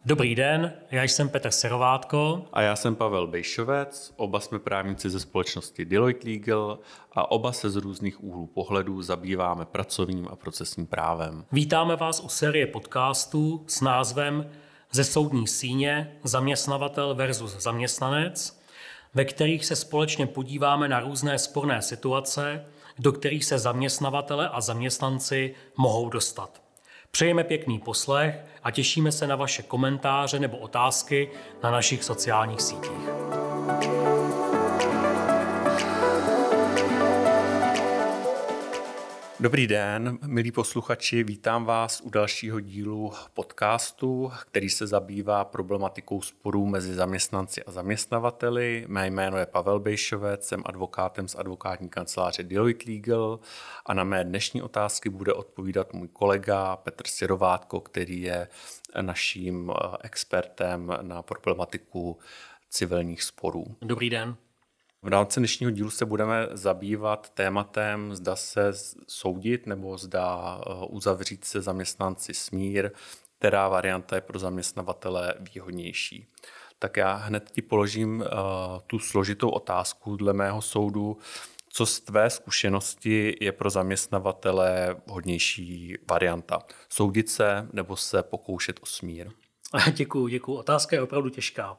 Dobrý den, já jsem Petr Serovátko. A já jsem Pavel Bejšovec, oba jsme právníci ze společnosti Deloitte Legal a oba se z různých úhlů pohledů zabýváme pracovním a procesním právem. Vítáme vás u série podcastů s názvem Ze soudní síně zaměstnavatel versus zaměstnanec, ve kterých se společně podíváme na různé sporné situace, do kterých se zaměstnavatele a zaměstnanci mohou dostat. Přejeme pěkný poslech a těšíme se na vaše komentáře nebo otázky na našich sociálních sítích. Dobrý den, milí posluchači, vítám vás u dalšího dílu podcastu, který se zabývá problematikou sporů mezi zaměstnanci a zaměstnavateli. Mé jméno je Pavel Bejšovec, jsem advokátem z advokátní kanceláře Deloitte Legal a na mé dnešní otázky bude odpovídat můj kolega Petr Serovátko, který je naším expertem na problematiku civilních sporů. Dobrý den. V rámci dnešního dílu se budeme zabývat tématem, zda se soudit nebo zda uzavřít se zaměstnanci smír, která varianta je pro zaměstnavatele výhodnější. Tak já hned ti položím tu složitou otázku dle mého soudu, co z tvé zkušenosti je pro zaměstnavatele vhodnější varianta. Soudit se nebo se pokoušet o smír? Děkuju. Otázka je opravdu těžká.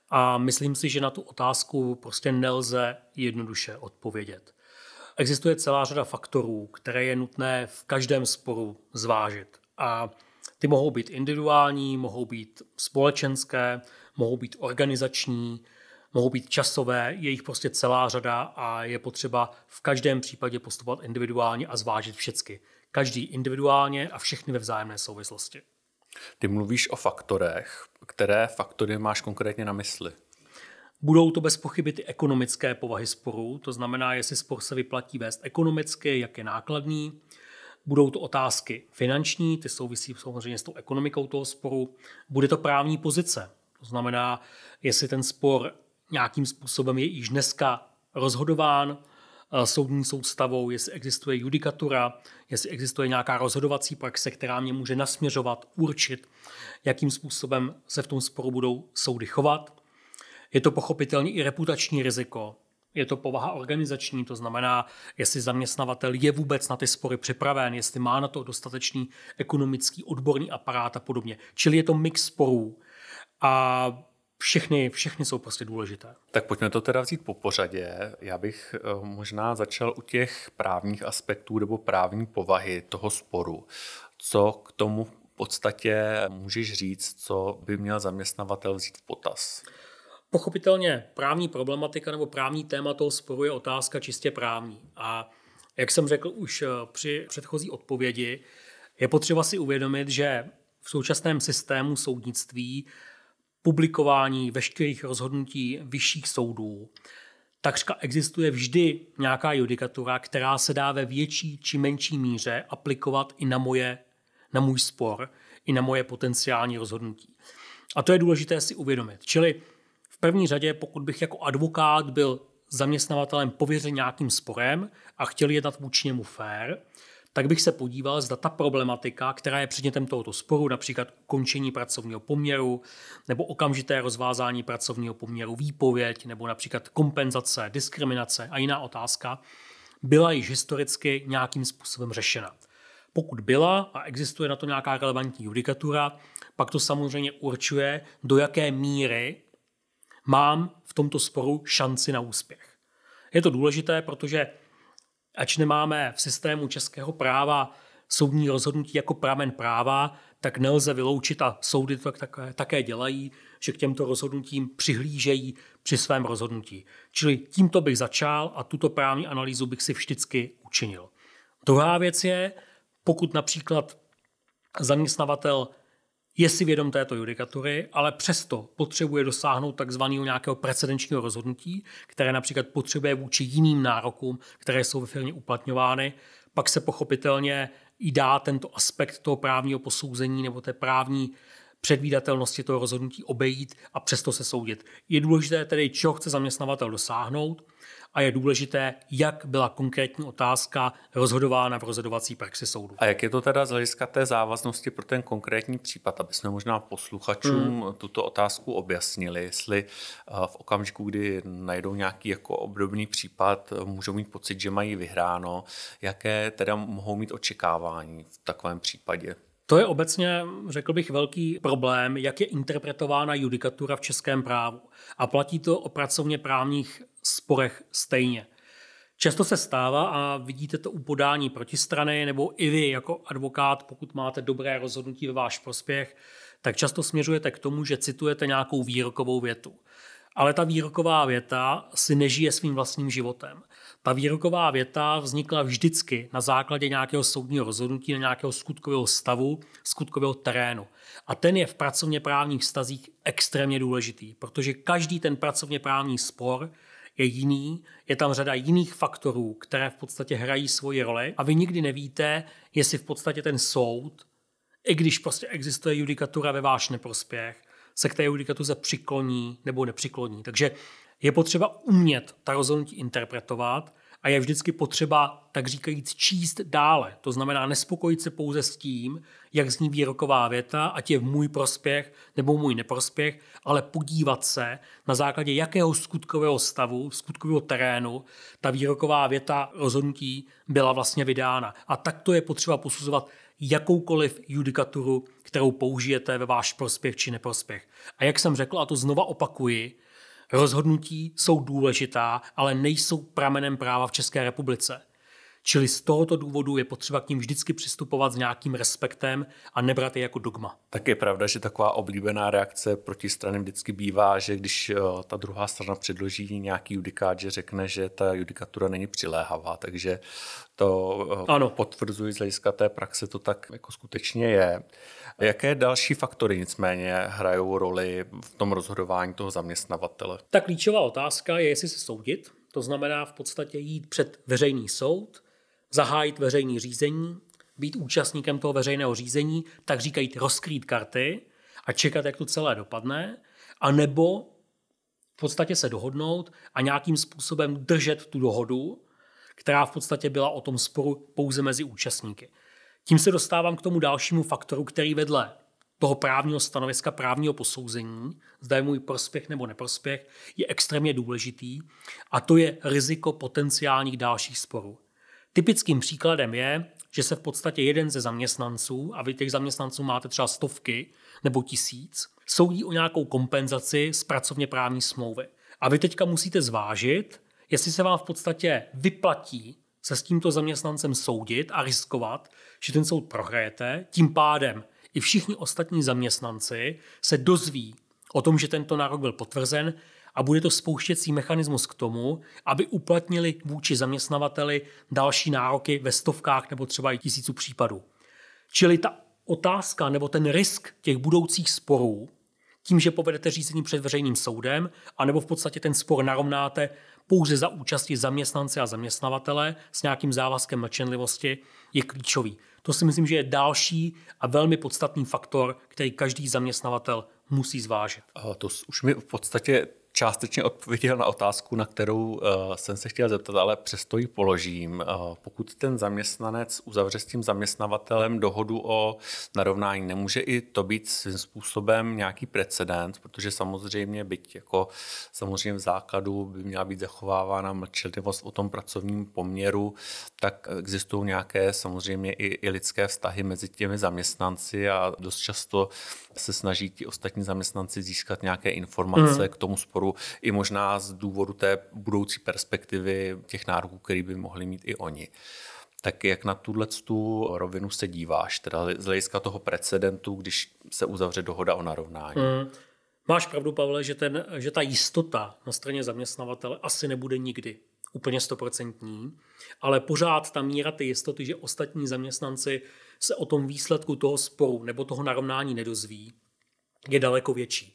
A myslím si, že na tu otázku prostě nelze jednoduše odpovědět. Existuje celá řada faktorů, které je nutné v každém sporu zvážit. A ty mohou být individuální, mohou být společenské, mohou být organizační, mohou být časové, je jich prostě celá řada a je potřeba v každém případě postupovat individuálně a zvážit všechny. Každý individuálně a všechny ve vzájemné souvislosti. Ty mluvíš o faktorech. Které faktory máš konkrétně na mysli? Budou to bez pochyby ty ekonomické povahy sporu, to znamená, jestli spor se vyplatí vést ekonomicky, jak je nákladný. Budou to otázky finanční, ty souvisí samozřejmě s tou ekonomikou toho sporu. Bude to právní pozice, to znamená, jestli ten spor nějakým způsobem je již dneska rozhodován soudní soustavou, jestli existuje judikatura, jestli existuje nějaká rozhodovací praxe, která mě může nasměřovat, určit, jakým způsobem se v tom sporu budou soudy chovat. Je to pochopitelně i reputační riziko, je to povaha organizační, to znamená, jestli zaměstnavatel je vůbec na ty spory připraven, jestli má na to dostatečný ekonomický odborný aparát a podobně. Čili je to mix sporů a všechny jsou prostě důležité. Tak pojďme to teda vzít po pořadě. Já bych možná začal u těch právních aspektů nebo právní povahy toho sporu. Co k tomu v podstatě můžeš říct, co by měl zaměstnavatel vzít v potaz? Pochopitelně právní problematika nebo právní téma toho sporu je otázka čistě právní. A jak jsem řekl už při předchozí odpovědi, je potřeba si uvědomit, že v současném systému soudnictví publikování veškerých rozhodnutí vyšších soudů takřka existuje vždy nějaká judikatura, která se dá ve větší či menší míře aplikovat i na můj spor, i na moje potenciální rozhodnutí. A to je důležité si uvědomit. Čili v první řadě, pokud bych jako advokát byl zaměstnavatelem pověřen nějakým sporem a chtěl jednat vůči němu fair, tak bych se podíval, zda ta problematika, která je předmětem tohoto sporu, například ukončení pracovního poměru nebo okamžité rozvázání pracovního poměru, výpověď nebo například kompenzace, diskriminace a jiná otázka, byla již historicky nějakým způsobem řešena. Pokud byla a existuje na to nějaká relevantní judikatura, pak to samozřejmě určuje, do jaké míry mám v tomto sporu šanci na úspěch. Je to důležité, protože ač nemáme v systému českého práva soudní rozhodnutí jako pramen práva, tak nelze vyloučit, a soudy to také dělají, že k těmto rozhodnutím přihlížejí při svém rozhodnutí. Čili tímto bych začal a tuto právní analýzu bych si vždycky učinil. Druhá věc je, pokud například zaměstnavatel je si vědom této judikatury, ale přesto potřebuje dosáhnout takzvaného nějakého precedenčního rozhodnutí, které například potřebuje vůči jiným nárokům, které jsou ve firmě uplatňovány, pak se pochopitelně i dá tento aspekt toho právního posouzení nebo té právní předvídatelnosti toho rozhodnutí obejít a přesto se soudit. Je důležité tedy, čeho chce zaměstnavatel dosáhnout a je důležité, jak byla konkrétní otázka rozhodována v rozhodovací praxi soudu. A jak je to teda z hlediska té závaznosti pro ten konkrétní případ, aby jsme možná posluchačům tuto otázku objasnili, jestli v okamžiku, kdy najdou nějaký jako obdobný případ, můžou mít pocit, že mají vyhráno, jaké teda mohou mít očekávání v takovém případě? To je obecně, řekl bych, velký problém, jak je interpretována judikatura v českém právu. A platí to o pracovně právních sporech stejně. Často se stává, a vidíte to u podání protistrany, nebo i vy jako advokát, pokud máte dobré rozhodnutí ve váš prospěch, tak často směřujete k tomu, že citujete nějakou výrokovou větu. Ale ta výroková věta si nežije svým vlastním životem. Ta výroková věta vznikla vždycky na základě nějakého soudního rozhodnutí, na nějakého skutkového stavu, skutkového terénu. A ten je v pracovně právních vztazích extrémně důležitý, protože každý ten pracovně právní spor je jiný, je tam řada jiných faktorů, které v podstatě hrají svoji roli a vy nikdy nevíte, jestli v podstatě ten soud, i když prostě existuje judikatura ve váš neprospěch, se k té judikatuře přikloní nebo nepřikloní. Takže je potřeba umět ta rozhodnutí interpretovat a je vždycky potřeba, tak říkajíc, číst dále. To znamená nespokojit se pouze s tím, jak zní výroková věta, ať je v můj prospěch nebo můj neprospěch, ale podívat se, na základě jakého skutkového stavu, skutkového terénu ta výroková věta rozhodnutí byla vlastně vydána. A takto je potřeba posuzovat jakoukoliv judikaturu, kterou použijete ve váš prospěch či neprospěch. A jak jsem řekl, a to znova opakuji, rozhodnutí jsou důležitá, ale nejsou pramenem práva v České republice. Čili z tohoto důvodu je potřeba k ním vždycky přistupovat s nějakým respektem a nebrat je jako dogma. Tak je pravda, že taková oblíbená reakce proti straně vždycky bývá, že když ta druhá strana předloží nějaký judikát, že řekne, že ta judikatura není přiléhavá, takže to potvrzuji z hlediska té praxe, to tak jako skutečně je. Jaké další faktory nicméně hrajou roli v tom rozhodování toho zaměstnavatele? Ta klíčová otázka je, jestli se soudit, to znamená v podstatě jít před veřejný soud, zahájit veřejné řízení, být účastníkem toho veřejného řízení, tak říkají rozkrýt karty a čekat, jak to celé dopadne, anebo v podstatě se dohodnout a nějakým způsobem držet tu dohodu, která v podstatě byla o tom sporu pouze mezi účastníky. Tím se dostávám k tomu dalšímu faktoru, který vedle toho právního stanoviska, právního posouzení, zda je můj prospěch nebo neprospěch, je extrémně důležitý, a to je riziko potenciálních dalších sporů. Typickým příkladem je, že se v podstatě jeden ze zaměstnanců, a vy těch zaměstnanců máte třeba stovky nebo 1000, soudí o nějakou kompenzaci z pracovně právní smlouvy. A vy teďka musíte zvážit, jestli se vám v podstatě vyplatí se s tímto zaměstnancem soudit a riskovat, že ten soud prohrajete, tím pádem i všichni ostatní zaměstnanci se dozví o tom, že tento nárok byl potvrzen, a bude to spouštěcí mechanismus k tomu, aby uplatnili vůči zaměstnavateli další nároky ve stovkách nebo třeba i 1000 případů. Čili ta otázka nebo ten risk těch budoucích sporů, tím, že povedete řízení před veřejným soudem, anebo v podstatě ten spor narovnáte pouze za účasti zaměstnance a zaměstnavatele s nějakým závazkem mlčenlivosti, je klíčový. To si myslím, že je další a velmi podstatný faktor, který každý zaměstnavatel musí zvážit. To už mi v podstatě částečně odpověděl na otázku, na kterou jsem se chtěl zeptat, ale přesto ji položím. Pokud ten zaměstnanec uzavře s tím zaměstnavatelem dohodu o narovnání, nemůže i to být svým způsobem nějaký precedens, protože samozřejmě byť jako samozřejmě v základu by měla být zachovávána mlčenlivost o tom pracovním poměru, tak existují nějaké samozřejmě i lidské vztahy mezi těmi zaměstnanci a dost často se snaží ti ostatní zaměstnanci získat nějaké informace k tomu sporu, i možná z důvodu té budoucí perspektivy těch nároků, který by mohli mít i oni. Tak jak na tu rovinu se díváš, teda z hlediska toho precedentu, když se uzavře dohoda o narovnání? Máš pravdu, Pavle, že ta jistota na straně zaměstnavatele asi nebude nikdy úplně 100%, ale pořád ta míra té jistoty, že ostatní zaměstnanci se o tom výsledku toho sporu nebo toho narovnání nedozví, je daleko větší.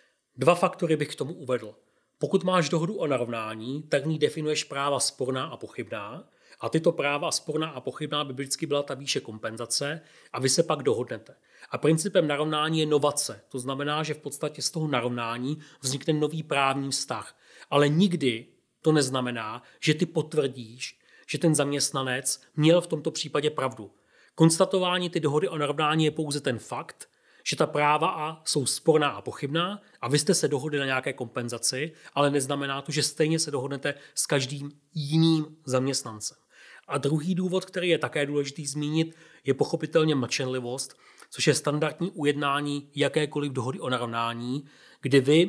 2 faktory bych k tomu uvedl. Pokud máš dohodu o narovnání, tak v ní definuješ práva sporná a pochybná A tyto práva sporná a pochybná by vždycky byla ta výše kompenzace a vy se pak dohodnete. A principem narovnání je novace. To znamená, že v podstatě z toho narovnání vznikne nový právní vztah. Ale nikdy to neznamená, že ty potvrdíš, že ten zaměstnanec měl v tomto případě pravdu. Konstatování ty dohody o narovnání je pouze ten fakt, že ta práva jsou sporná a pochybná a vy jste se dohodli na nějaké kompenzaci, ale neznamená to, že stejně se dohodnete s každým jiným zaměstnancem. A druhý důvod, který je také důležitý zmínit, je pochopitelně mlčenlivost, což je standardní ujednání jakékoliv dohody o narovnání, kdy vy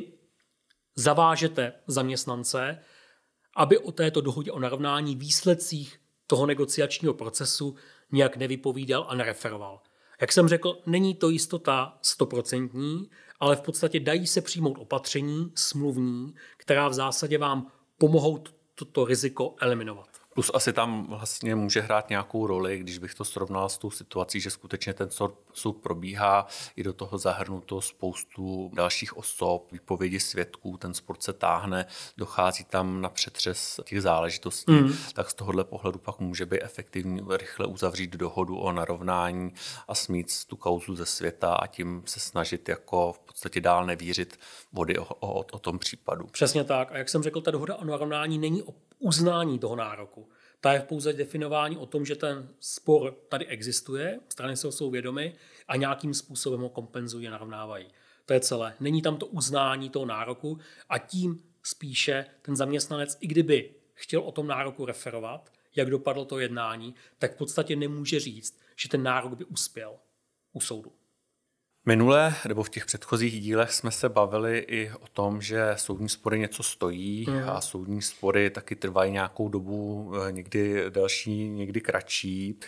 zavážete zaměstnance, aby o této dohodě o narovnání výsledcích toho negociačního procesu nějak nevypovídal a nereferoval. Jak jsem řekl, není to jistota 100%, ale v podstatě dají se přijmout opatření smluvní, která v zásadě vám pomohou toto riziko eliminovat. Plus asi tam vlastně může hrát nějakou roli, když bych to srovnal s tou situací, že skutečně ten soud probíhá, i do toho zahrnuto spoustu dalších osob, výpovědi svědků, ten spor se táhne, dochází tam na přetřes těch záležitostí, tak z tohohle pohledu pak může být efektivní rychle uzavřít dohodu o narovnání a smít tu kauzu ze světa a tím se snažit jako v podstatě dál nevířit vody o tom případu. Přesně tak. A jak jsem řekl, ta dohoda o narovnání není o uznání toho nároku. Ta je pouze definování o tom, že ten spor tady existuje, strany se jsou vědomy a nějakým způsobem ho kompenzují a narovnávají. To je celé. Není tam to uznání toho nároku a tím spíše ten zaměstnanec, i kdyby chtěl o tom nároku referovat, jak dopadlo to jednání, tak v podstatě nemůže říct, že ten nárok by uspěl u soudu. Minule nebo v těch předchozích dílech jsme se bavili i o tom, že soudní spory něco stojí a soudní spory taky trvají nějakou dobu, někdy delší, někdy kratší.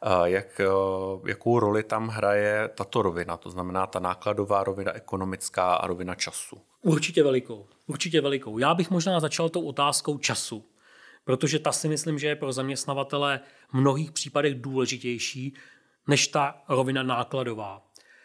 Jakou roli tam hraje tato rovina, to znamená ta nákladová rovina, ekonomická a rovina času? Určitě velikou. Já bych možná začal tou otázkou času, protože ta si myslím, že je pro zaměstnavatele v mnohých případech důležitější než ta rovina nákladová.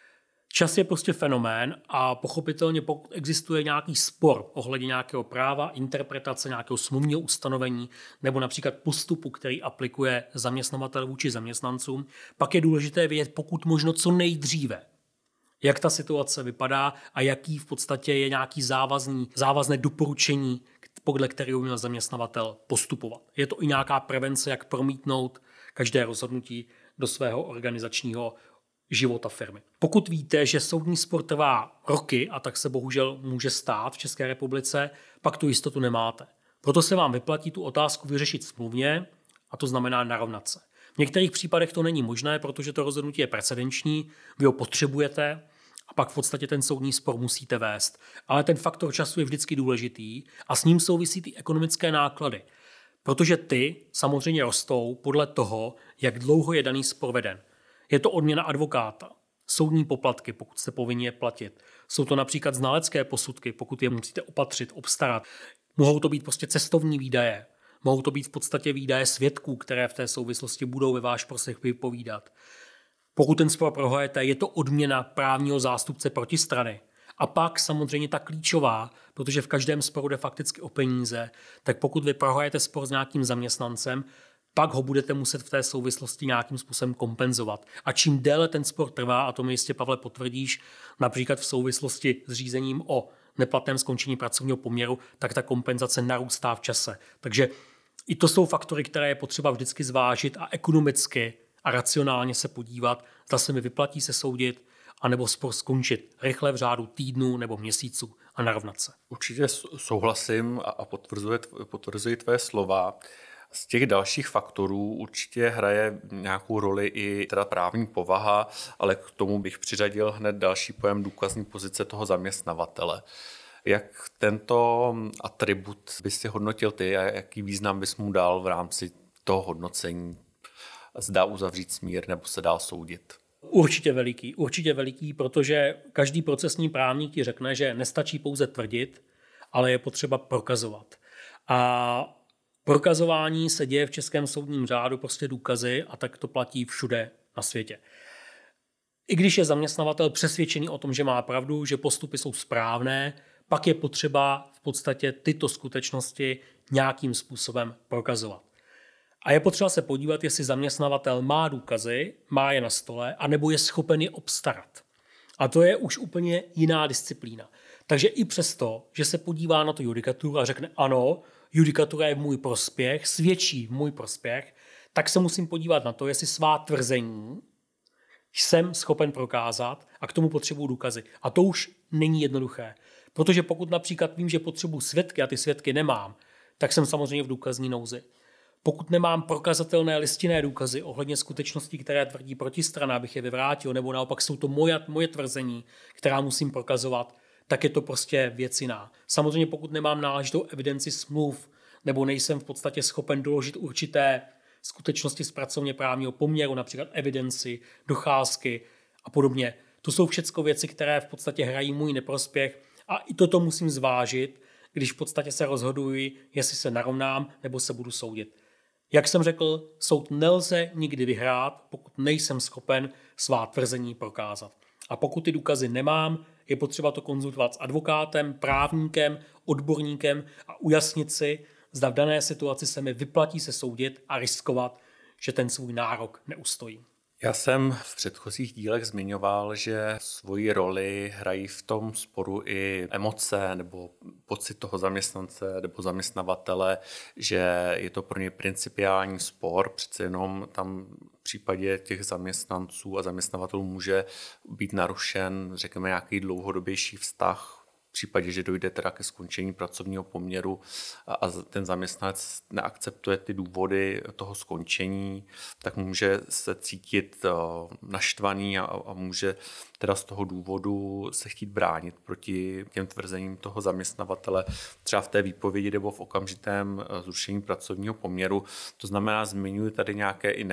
Čas je prostě fenomén a pochopitelně pokud existuje nějaký spor ohledně nějakého práva, interpretace nějakého smluvního ustanovení nebo například postupu, který aplikuje zaměstnavatel vůči zaměstnancům, pak je důležité vědět pokud možno co nejdříve, jak ta situace vypadá a jaký v podstatě je nějaký závazné doporučení, podle kterého měl zaměstnavatel postupovat. Je to i nějaká prevence, jak promítnout každé rozhodnutí do svého organizačního života firmy. Pokud víte, že soudní spor trvá roky a tak se bohužel může stát v České republice, pak tu jistotu nemáte. Proto se vám vyplatí tu otázku vyřešit smluvně, a to znamená narovnat se. V některých případech to není možné, protože to rozhodnutí je precedenční, vy ho potřebujete a pak v podstatě ten soudní spor musíte vést. Ale ten faktor času je vždycky důležitý a s ním souvisí ty ekonomické náklady. Protože ty samozřejmě rostou podle toho, jak dlouho je daný spor veden. Je to odměna advokáta, soudní poplatky, pokud jste povinni je platit. Jsou to například znalecké posudky, pokud je musíte opatřit, obstarat. Mohou to být prostě cestovní výdaje. Mohou to být v podstatě výdaje svědků, které v té souvislosti budou ve váš prospěch vypovídat. Pokud ten spor prohrajete, je to odměna právního zástupce protistrany. A pak samozřejmě ta klíčová, protože v každém sporu jde fakticky o peníze, tak pokud vy prohrajete spor s nějakým zaměstnancem, pak ho budete muset v té souvislosti nějakým způsobem kompenzovat. A čím déle ten spor trvá, a to mi jistě, Pavle, potvrdíš, například v souvislosti s řízením o neplatném skončení pracovního poměru, tak ta kompenzace narůstá v čase. Takže i to jsou faktory, které je potřeba vždycky zvážit a ekonomicky a racionálně se podívat, zda se mi vyplatí se soudit, anebo spor skončit rychle v řádu týdnů nebo měsíců a narovnat se. Určitě souhlasím a potvrzuji tvé slova. Z těch dalších faktorů určitě hraje nějakou roli i teda právní povaha, ale k tomu bych přiřadil hned další pojem důkazní pozice toho zaměstnavatele. Jak tento atribut bys si hodnotil ty a jaký význam bys mu dal v rámci toho hodnocení? Zda uzavřít smír nebo se dál soudit? Určitě veliký, protože každý procesní právník ti řekne, že nestačí pouze tvrdit, ale je potřeba prokazovat. A prokazování se děje v českém soudním řádu prostě důkazy a tak to platí všude na světě. I když je zaměstnavatel přesvědčený o tom, že má pravdu, že postupy jsou správné, pak je potřeba v podstatě tyto skutečnosti nějakým způsobem prokazovat. A je potřeba se podívat, jestli zaměstnavatel má důkazy, má je na stole, anebo je schopen je obstarat. A to je už úplně jiná disciplína. Takže i přesto, že se podívá na tu judikaturu a řekne ano, judikatura je v můj prospěch, svědčí v můj prospěch, tak se musím podívat na to, jestli svá tvrzení jsem schopen prokázat a k tomu potřebuji důkazy. A to už není jednoduché. Protože pokud například vím, že potřebuji svědky a ty svědky nemám, tak jsem samozřejmě v důkazní nouzi. Pokud nemám prokazatelné listinné důkazy ohledně skutečností, které tvrdí protistrana, abych je vyvrátil, nebo naopak jsou to moje tvrzení, která musím prokazovat, tak je to prostě věc jiná. Samozřejmě pokud nemám náležitou evidenci smluv, nebo nejsem v podstatě schopen doložit určité skutečnosti z pracovně právního poměru, například evidenci, docházky a podobně. To jsou všechno věci, které v podstatě hrají můj neprospěch a i toto musím zvážit, když v podstatě se rozhoduji, jestli se narovnám nebo se budu soudit. Jak jsem řekl, soud nelze nikdy vyhrát, pokud nejsem schopen svá tvrzení prokázat. A pokud ty důkazy nemám, je potřeba to konzultovat s advokátem, právníkem, odborníkem a ujasnit si, zda v dané situaci se mi vyplatí se soudit a riskovat, že ten svůj nárok neustojí. Já jsem v předchozích dílech zmiňoval, že svoji roli hrají v tom sporu i emoce nebo pocit toho zaměstnance nebo zaměstnavatele, že je to pro ně principiální spor, přece jenom tam v případě těch zaměstnanců a zaměstnavatelů může být narušen, řekněme, nějaký dlouhodobější vztah, v případě, že dojde teda ke skončení pracovního poměru a ten zaměstnanec neakceptuje ty důvody toho skončení, tak může se cítit naštvaný a může teda z toho důvodu se chtít bránit proti těm tvrzením toho zaměstnavatele, třeba v té výpovědi nebo v okamžitém zrušení pracovního poměru. To znamená, zmiňuji tady nějaké i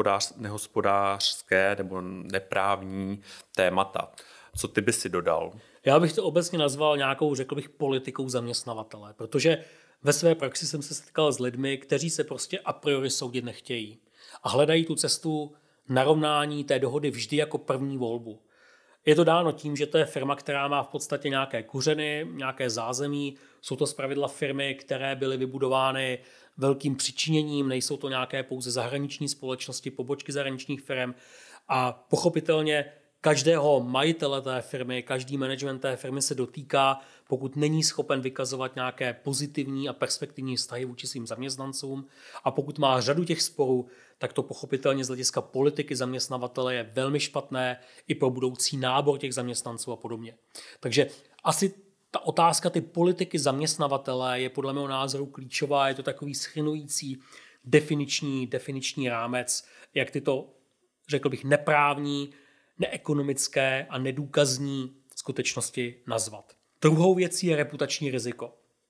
nehospodářské nebo neprávní témata. Co ty by si dodal? Já bych to obecně nazval nějakou, řekl bych, politikou zaměstnavatele, protože ve své praxi jsem se setkal s lidmi, kteří se prostě a priori soudit nechtějí a hledají tu cestu narovnání té dohody vždy jako první volbu. Je to dáno tím, že to je firma, která má v podstatě nějaké kořeny, nějaké zázemí. Jsou to zpravidla firmy, které byly vybudovány velkým přičiněním, nejsou to nějaké pouze zahraniční společnosti, pobočky zahraničních firm a pochopitelně každého majitele té firmy, každý management té firmy se dotýká, pokud není schopen vykazovat nějaké pozitivní a perspektivní vztahy vůči svým zaměstnancům. A pokud má řadu těch sporů, tak to pochopitelně z hlediska politiky zaměstnavatele je velmi špatné i pro budoucí nábor těch zaměstnanců a podobně. Takže asi ta otázka ty politiky zaměstnavatele je podle mého názoru klíčová. Je to takový shrnující definiční rámec, jak tyto, řekl bych, neprávní, neekonomické a nedůkazní skutečnosti nazvat. Druhou věcí je reputační riziko.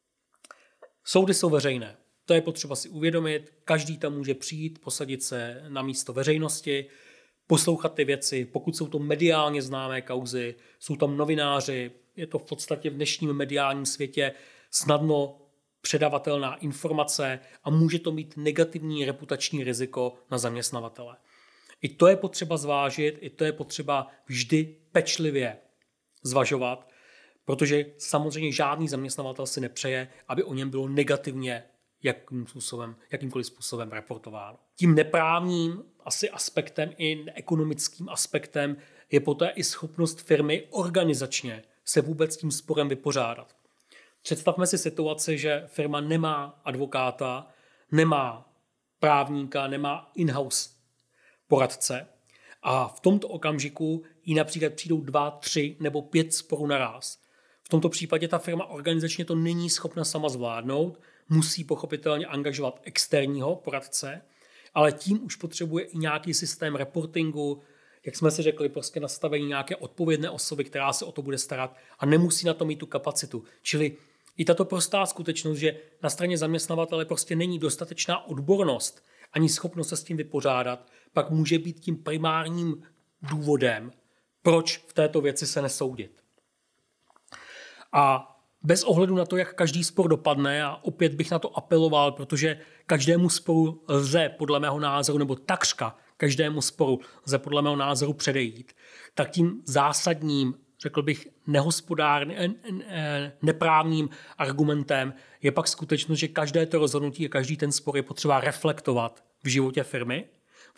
Soudy jsou veřejné. To je potřeba si uvědomit. Každý tam může přijít, posadit se na místo veřejnosti, poslouchat ty věci. Pokud jsou to mediálně známé kauzy, jsou tam novináři, je to v podstatě v dnešním mediálním světě snadno předavatelná informace a může to mít negativní reputační riziko na zaměstnavatele. I to je potřeba zvážit, i to je potřeba vždy pečlivě zvažovat, protože samozřejmě žádný zaměstnavatel si nepřeje, aby o něm bylo negativně jakýmkoliv způsobem reportováno. Tím neprávním asi aspektem i neekonomickým aspektem je poté i schopnost firmy organizačně se vůbec tím sporem vypořádat. Představme si situaci, že firma nemá advokáta, nemá právníka, nemá in-house poradce a v tomto okamžiku jí například přijdou 2, 3 nebo 5 sporů naráz. V tomto případě ta firma organizačně to není schopna sama zvládnout, musí pochopitelně angažovat externího poradce, ale tím už potřebuje i nějaký systém reportingu, jak jsme si řekli, prostě nastavení nějaké odpovědné osoby, která se o to bude starat a nemusí na to mít tu kapacitu. Čili i tato prostá skutečnost, že na straně zaměstnavatele prostě není dostatečná odbornost ani schopnost se s tím vypořádat, pak může být tím primárním důvodem, proč v této věci se nesoudit. A bez ohledu na to, jak každý spor dopadne, a opět bych na to apeloval, protože každému sporu lze podle mého názoru, nebo takřka každému sporu lze podle mého názoru předejít, tak tím zásadním řekl bych, neprávním argumentem je pak skutečnost, že každé to rozhodnutí a každý ten spor je potřeba reflektovat v životě firmy,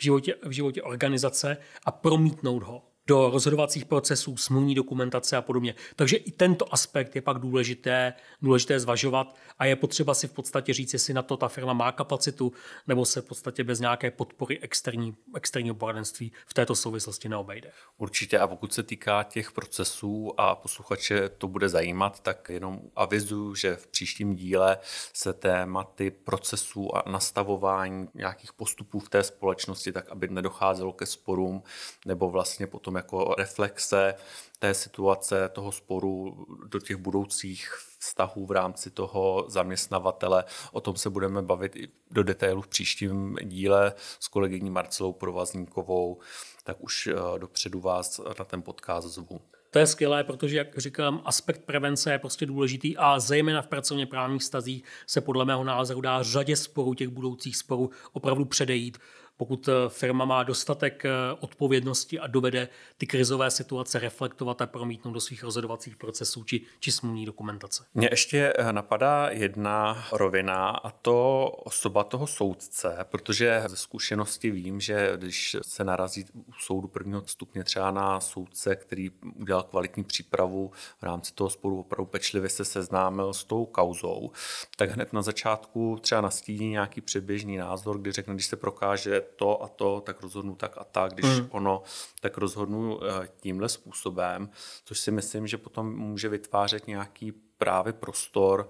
v životě organizace a promítnout ho do rozhodovacích procesů, smluvní dokumentace a podobně. Takže i tento aspekt je pak důležité zvažovat a je potřeba si v podstatě říct, jestli na to ta firma má kapacitu, nebo se v podstatě bez nějaké podpory externího poradenství v této souvislosti neobejde. Určitě, a pokud se týká těch procesů a posluchače to bude zajímat, tak jenom avizuju, že v příštím díle se tématy procesů a nastavování nějakých postupů v té společnosti, tak aby nedocházelo ke sporům nebo vlastně potom jako reflexe té situace, toho sporu do těch budoucích vztahů v rámci toho zaměstnavatele. O tom se budeme bavit i do detailu v příštím díle s kolegyní Marcelou Provazníkovou, tak už dopředu vás na ten podcast zvu. To je skvělé, protože, jak říkám, aspekt prevence je prostě důležitý a zejména v pracovně právních vztazích se podle mého názoru dá řadě sporů, těch budoucích sporů opravdu předejít, pokud firma má dostatek odpovědnosti a dovede ty krizové situace reflektovat a promítnout do svých rozhodovacích procesů či smluvní dokumentace. Mně ještě napadá jedna rovina a to osoba toho soudce, protože ze zkušenosti vím, že když se narazí u soudu prvního stupně třeba na soudce, který udělal kvalitní přípravu v rámci toho sporu, opravdu pečlivě se seznámil s tou kauzou, tak hned na začátku třeba nastíní nějaký předběžný názor, kdy řekne, když se prokáže to a to, tak rozhodnu tak a tak, když ono, tak rozhodnu tímhle způsobem, což si myslím, že potom může vytvářet nějaký právě prostor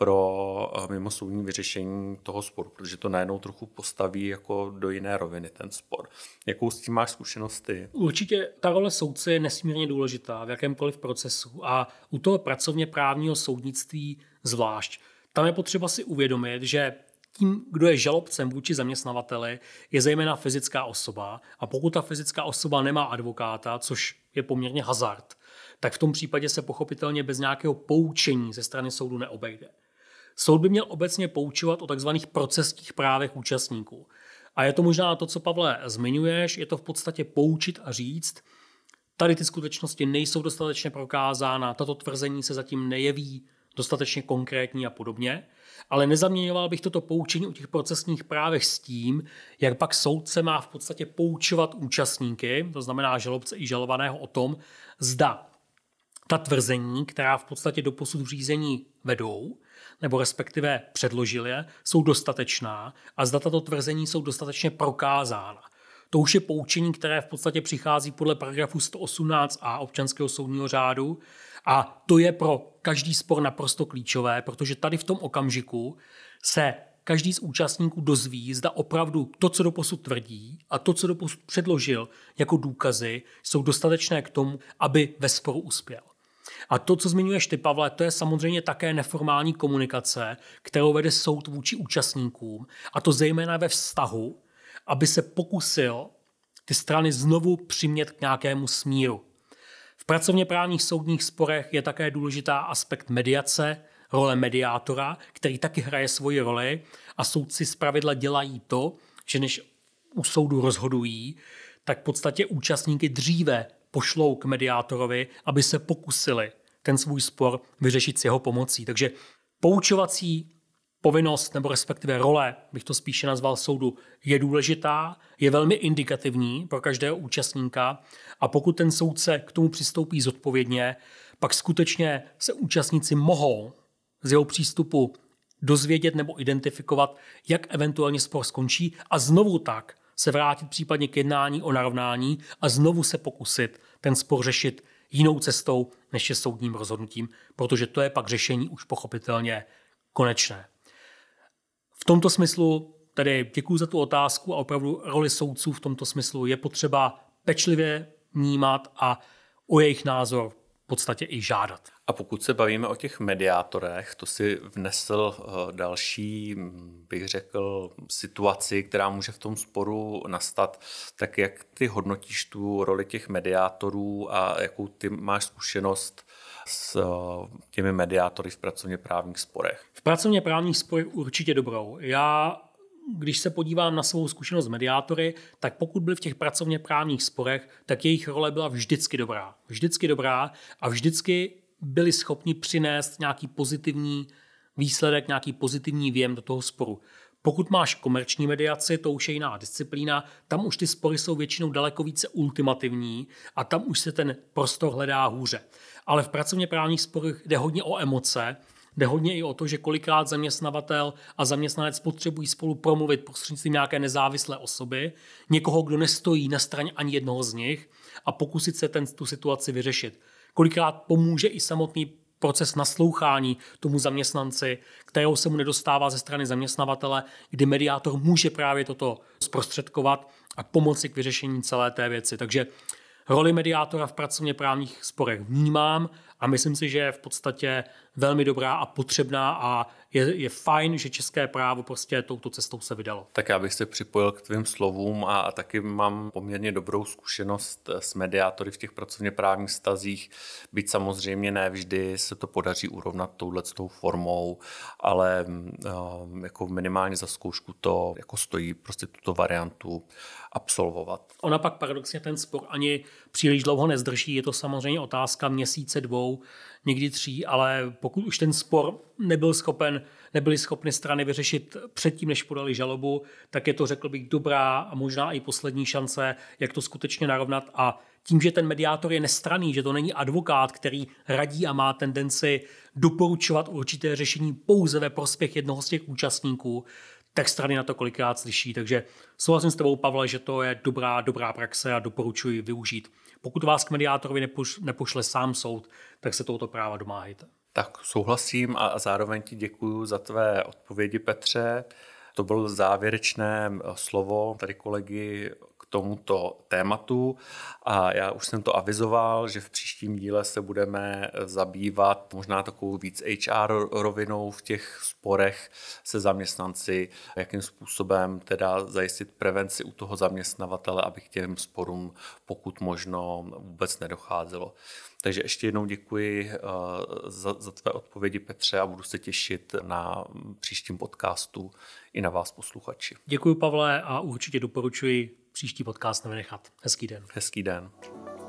pro mimosoudní vyřešení toho sporu, protože to najednou trochu postaví jako do jiné roviny ten spor. Jakou s tím máš zkušenost ty? Určitě ta role soudce je nesmírně důležitá v jakémkoliv procesu a u toho pracovně právního soudnictví zvlášť. Tam je potřeba si uvědomit, že tím, kdo je žalobcem vůči zaměstnavateli, je zejména fyzická osoba a pokud ta fyzická osoba nemá advokáta, což je poměrně hazard, tak v tom případě se pochopitelně bez nějakého poučení ze strany soudu neobejde. Soud by měl obecně poučovat o takzvaných procesních právech účastníků. A je to možná to, co, Pavle, zmiňuješ, je to v podstatě poučit a říct, tady ty skutečnosti nejsou dostatečně prokázána, tato tvrzení se zatím nejeví dostatečně konkrétní a podobně, ale nezaměňoval bych toto poučení o těch procesních právech s tím, jak pak soudce má v podstatě poučovat účastníky, to znamená žalobce i žalovaného o tom, zda ta tvrzení, která v podstatě doposud v řízení vedou, nebo respektive předložili, jsou dostatečná a zda tato tvrzení jsou dostatečně prokázána. To už je poučení, které v podstatě přichází podle paragrafu 118a občanského soudního řádu a to je pro každý spor naprosto klíčové, protože tady v tom okamžiku se každý z účastníků dozví, zda opravdu to, co doposud tvrdí a to, co doposud předložil jako důkazy, jsou dostatečné k tomu, aby ve sporu uspěl. A to, co zmiňuješ ty, Pavle, to je samozřejmě také neformální komunikace, kterou vede soud vůči účastníkům, a to zejména ve vztahu, aby se pokusil ty strany znovu přimět k nějakému smíru. V pracovně právních soudních sporech je také důležitá aspekt mediace, role mediátora, který taky hraje svoji roli a soudci zpravidla dělají to, že než u soudu rozhodují, tak v podstatě účastníky dříve pošlou k mediátorovi, aby se pokusili ten svůj spor vyřešit s jeho pomocí. Takže poučovací povinnost nebo respektive role, bych to spíše nazval soudu, je důležitá, je velmi indikativní pro každého účastníka a pokud ten soudce k tomu přistoupí zodpovědně, pak skutečně se účastníci mohou z jeho přístupu dozvědět nebo identifikovat, jak eventuálně spor skončí a znovu tak se vrátit případně k jednání o narovnání a znovu se pokusit ten spor řešit jinou cestou než je soudním rozhodnutím, protože to je pak řešení už pochopitelně konečné. V tomto smyslu tedy děkuji za tu otázku a opravdu roli soudců v tomto smyslu je potřeba pečlivě vnímat a o jejich názor v podstatě i žádat. A pokud se bavíme o těch mediátorech, to si vnesl další, bych řekl, situaci, která může v tom sporu nastat. Tak jak ty hodnotíš tu roli těch mediátorů a jakou ty máš zkušenost s těmi mediátory v pracovně právních sporech? V pracovně právních sporech určitě dobrou. Já když se podívám na svou zkušenost s mediátory, tak pokud byli v těch pracovně právních sporech, tak jejich role byla vždycky dobrá. Vždycky dobrá a vždycky byli schopni přinést nějaký pozitivní výsledek, nějaký pozitivní věm do toho sporu. Pokud máš komerční mediaci, to už je jiná disciplína, tam už ty spory jsou většinou daleko více ultimativní a tam už se ten prostor hledá hůře. Ale v pracovně právních sporech jde hodně o emoce, jde hodně i o to, že kolikrát zaměstnavatel a zaměstnanec potřebují spolu promluvit prostřednictvím nějaké nezávislé osoby, někoho, kdo nestojí na straně ani jednoho z nich a pokusit se tu situaci vyřešit. Kolikrát pomůže i samotný proces naslouchání tomu zaměstnanci, kterého se mu nedostává ze strany zaměstnavatele, kdy mediátor může právě toto zprostředkovat a pomoci k vyřešení celé té věci. Takže roli mediátora v pracovně právních sporech vnímám a myslím si, že je v podstatě velmi dobrá a potřebná a je fajn, že české právo prostě touto cestou se vydalo. Tak já bych se připojil k tvým slovům a taky mám poměrně dobrou zkušenost s mediátory v těch pracovně právních vztazích, byť samozřejmě ne vždy se to podaří urovnat touhletou formou, ale jako minimálně za zkoušku to jako stojí prostě tuto variantu absolvovat. Ona pak paradoxně ten spor ani příliš dlouho nezdrží, je to samozřejmě otázka měsíce, 2, někdy 3, ale pokud už ten spor nebyly schopny strany vyřešit předtím, než podali žalobu, tak je to, řekl bych, dobrá a možná i poslední šance, jak to skutečně narovnat. A tím, že ten mediátor je nestranný, že to není advokát, který radí a má tendenci doporučovat určité řešení pouze ve prospěch jednoho z těch účastníků, tak strany na to kolikrát slyší. Takže souhlasím s tebou, Pavle, že to je dobrá praxe a doporučuji využít. Pokud vás k mediátorovi nepošle sám soud, tak se tohoto práva domáhejte. Tak souhlasím a zároveň ti děkuju za tvé odpovědi, Petře. To bylo závěrečné slovo tady kolegy k tomuto tématu a já už jsem to avizoval, že v příštím díle se budeme zabývat možná takovou víc HR rovinou v těch sporech se zaměstnanci, jakým způsobem teda zajistit prevenci u toho zaměstnavatele, aby k těm sporům pokud možno vůbec nedocházelo. Takže ještě jednou děkuji za tvé odpovědi, Petře, a budu se těšit na příštím podcastu i na vás, posluchači. Děkuji, Pavle, a určitě doporučuji příští podcast nevynechat. Hezký den. Hezký den.